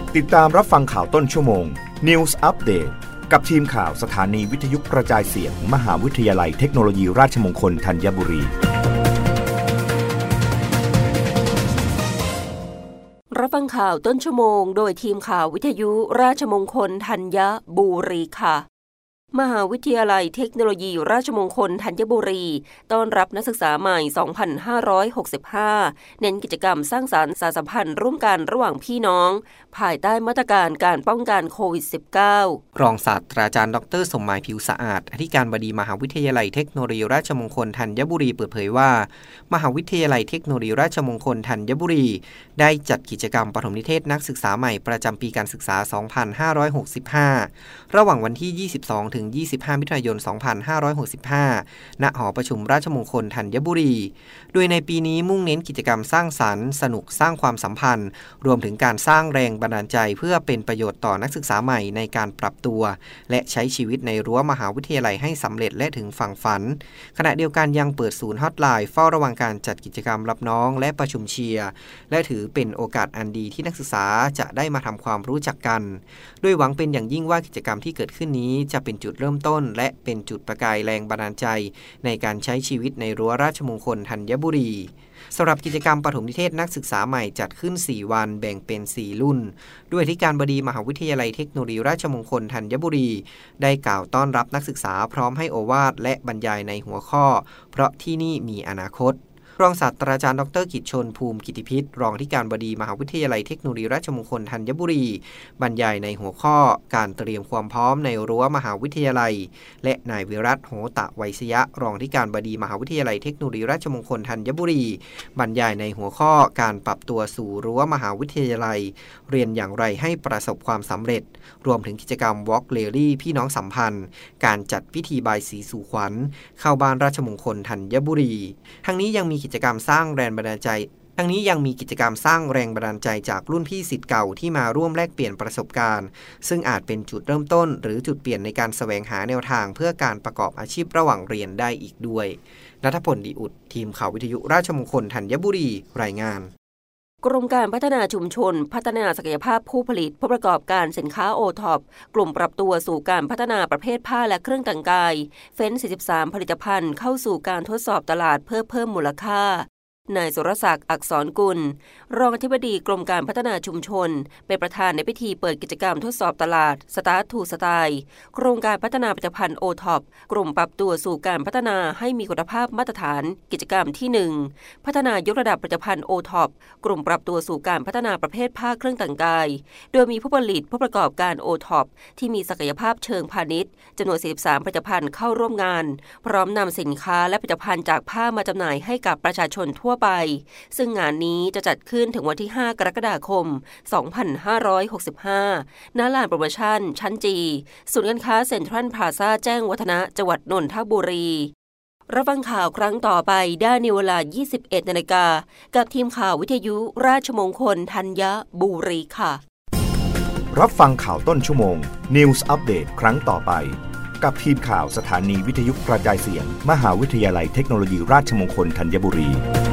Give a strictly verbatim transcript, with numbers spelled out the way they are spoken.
ติดตามรับฟังข่าวต้นชั่วโมง News Update กับทีมข่าวสถานีวิทยุกระจายเสียง มหาวิทยาลัยเทคโนโลยีราชมงคลธัญบุรีรับฟังข่าวต้นชั่วโมงโดยทีมข่าววิทยุราชมงคลธัญบุรีค่ะมหาวิทยาลัยเทคโนโลยีราชมงคลธัญบุรีต้อนรับนักศึกษาใหม่ สองพันห้าร้อยหกสิบห้า เน้นกิจกรรมสร้างสรรค์สานสัมพันธ์ร่วมกันระหว่างพี่น้องภายใต้มาตรการการป้องกันโควิด สิบเก้ารองศาสตราจารย์ดรสมหมายผิวสะอาดอธิการบดีมหาวิทยาลัยเทคโนโลยีราชมงคลธัญบุรีเปิดเผยว่ามหาวิทยาลัยเทคโนโลยีราชมงคลธัญบุรีได้จัดกิจกรรมปฐมนิเทศนักศึกษาใหม่ประจำปีการศึกษา สองพันห้าร้อยหกสิบห้า ระหว่างวันที่ ยี่สิบสองถึงยี่สิบห้า มิถุนายน สองพันห้าร้อยหกสิบห้า ณ หอประชุมราชมงคลธัญบุรี โดยในปีนี้มุ่งเน้นกิจกรรมสร้างสรรค์สนุกสร้างความสัมพันธ์รวมถึงการสร้างแรงบันดาลใจเพื่อเป็นประโยชน์ต่อนักศึกษาใหม่ในการปรับตัวและใช้ชีวิตในรั้วมหาวิทยาลัยให้สำเร็จและถึงฝั่งฝันขณะเดียวกันยังเปิดศูนย์ฮอตไลน์เฝ้าระวังการจัดกิจกรรมรับน้องและประชุมเชียร์และถือเป็นโอกาสอันดีที่นักศึกษาจะได้มาทำความรู้จักกันโดยหวังเป็นอย่างยิ่งว่ากิจกรรมที่เกิดขึ้นนี้จะเป็นจุดเริ่มต้นและเป็นจุดประกายแรงบันดาลใจในการใช้ชีวิตในรั้วราชมงคลธัญบุรีสำหรับกิจกรรมปฐมนิเทศนักศึกษาใหม่จัดขึ้นสี่วันแบ่งเป็นสี่รุ่นด้วยอธิการบดีมหาวิทยาลัยเทคโนโลยีราชมงคลธัญบุรีได้กล่าวต้อนรับนักศึกษาพร้อมให้โอวาทและบรรยายในหัวข้อเพราะที่นี่มีอนาคตรองศาสตราจารย์ดรกิจชนภูมิกิติพิษรองอธิการบดีมหาวิทยาลัยเทคโนโลยีราชมงคลธัญบุรีบรรยายในหัวข้อการเตรียมความพร้อมในรั้วมหาวิทยาลัยและนายวิรัตโหตะไวยสยะรองอธิการบดีมหาวิทยาลัยเทคโนโลยีราชมงคลธัญบุรีบรรยายในหัวข้อการปรับตัวสู่รั้วมหาวิทยาลัยเรียนอย่างไรให้ประสบความสำเร็จรวมถึงกิจกรรม Walk Rally พี่น้องสัมพันธ์การจัดพิธีบายสีสู่ขวัญเข้าบ้านราชมงคลธัญบุรีทั้งนี้ยังมีกิจกรรมสร้างแรงบันดาลใจทั้งนี้ยังมีกิจกรรมสร้างแรงบันดาลใจจากรุ่นพี่ศิษย์เก่าที่มาร่วมแลกเปลี่ยนประสบการณ์ซึ่งอาจเป็นจุดเริ่มต้นหรือจุดเปลี่ยนในการแสวงหาแนวทางเพื่อการประกอบอาชีพระหว่างเรียนได้อีกด้วยณัฐพล ดีอุดทีมข่าววิทยุราชมงคลธัญบุรีรายงานกรมการพัฒนาชุมชนพัฒนาศักยภาพผู้ผลิตผู้ประกอบการสินค้า โอ ท็อป กลุ่มปรับตัวสู่การพัฒนาประเภทผ้าและเครื่องแต่งกายเฟ้นสี่สิบสามผลิตภัณฑ์เข้าสู่การทดสอบตลาดเพื่อเพิ่มมูลค่านายสุรศักดิ์อักษรกุลรองอธิบดีกรมการพัฒนาชุมชนเป็นประธานในพิธีเปิดกิจกรรมทดสอบตลาด Start to Style โครงการพัฒนาผลิตภัณฑ์ โอ ท็อป กลุ่มปรับตัวสู่การพัฒนาให้มีคุณภาพมาตรฐานกิจกรรมที่หนึ่งพัฒนายกระดับผลิตภัณฑ์ โอ ท็อป กลุ่มปรับตัวสู่การพัฒนาประเภทผ้าเครื่องแต่งกายโดยมีผู้ผลิตผู้ประกอบการ โอ ท็อป ที่มีศักยภาพเชิงพาณิชย์จำนวนสี่สิบสามผลิตภัณฑ์เข้าร่วมงานพร้อมนำสินค้าและผลิตภัณฑ์จากผ้ามาจำหน่ายให้กับประชาชนทั่วไปซึ่งงานนี้จะจัดขึ้นถึงวันที่ห้ากรกฎาคมสองพันห้าร้อยหกสิบห้าณลานโปรโมชั่นชั้นจีศูนย์การค้าเซ็นทรัลพลาซ่าแจ้งวัฒนะจังหวัดนนทบุรีรับฟังข่าวครั้งต่อไปได้ในเวลา ยี่สิบเอ็ดนาฬิกากับทีมข่าววิทยุราชมงคลธัญบุรีค่ะรับฟังข่าวต้นชั่วโมง News Update ครั้งต่อไปกับทีมข่าวสถานีวิทยุกระจายเสียงมหาวิทยาลัยเทคโนโลยีราชมงคลธัญบุรี